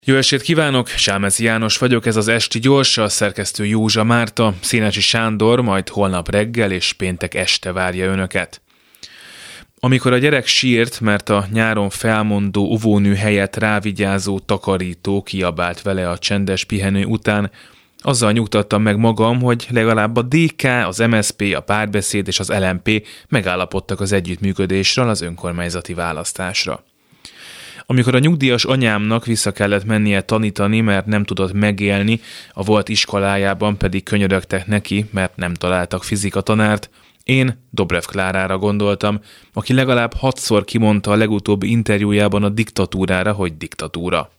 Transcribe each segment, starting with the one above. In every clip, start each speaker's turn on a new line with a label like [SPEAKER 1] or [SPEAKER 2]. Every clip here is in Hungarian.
[SPEAKER 1] Jó estét kívánok, Sámezi János vagyok, ez az Esti Gyors, a szerkesztő Józsa Márta, Szénási Sándor majd holnap reggel és péntek este várja önöket. Amikor a gyerek sírt, mert a nyáron felmondó óvónő helyett rávigyázó takarító kiabált vele a csendes pihenő után, azzal nyugtattam meg magam, hogy legalább a DK, az MSZP, a Párbeszéd és az LMP megállapodtak az együttműködésről az önkormányzati választásra. Amikor a nyugdíjas anyámnak vissza kellett mennie tanítani, mert nem tudott megélni, a volt iskolájában pedig könyörögtek neki, mert nem találtak fizikatanárt, én Dobrev Klárára gondoltam, aki legalább 6-szor kimondta a legutóbbi interjújában a diktatúrára, hogy diktatúra.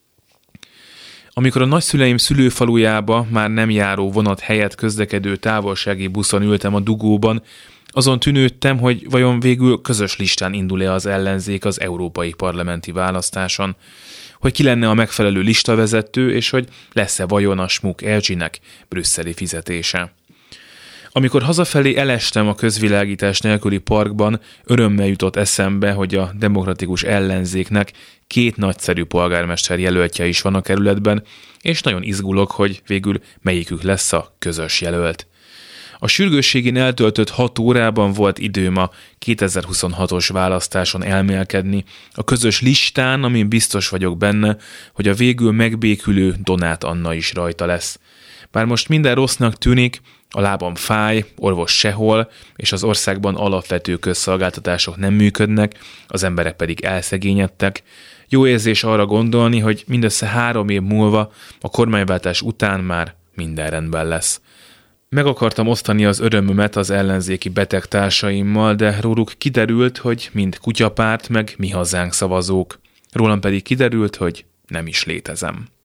[SPEAKER 1] Amikor a nagyszüleim szülőfalujába már nem járó vonat helyett közlekedő távolsági buszon ültem a dugóban, azon tűnődtem, hogy vajon végül közös listán indul-e az ellenzék az európai parlamenti választáson, hogy ki lenne a megfelelő listavezető, és hogy lesz-e vajon a Smuk Elcsinek brüsszeli fizetése. Amikor hazafelé elestem a közvilágítás nélküli parkban, örömmel jutott eszembe, hogy a demokratikus ellenzéknek 2 nagyszerű polgármester jelöltje is van a kerületben, és nagyon izgulok, hogy végül melyikük lesz a közös jelölt. A sürgősségén eltöltött 6 órában volt időm a 2026-os választáson elmélkedni, a közös listán, amin biztos vagyok benne, hogy a végül megbékülő Donát Anna is rajta lesz. Bár most minden rossznak tűnik, a lábam fáj, orvos sehol, és az országban alapvető közszolgáltatások nem működnek, az emberek pedig elszegényedtek. Jó érzés arra gondolni, hogy mindössze 3 év múlva, a kormányváltás után már minden rendben lesz. Meg akartam osztani az örömömet az ellenzéki betegtársaimmal, de róluk kiderült, hogy mind kutyapárt, meg mi hazánk szavazók. Rólam pedig kiderült, hogy nem is létezem.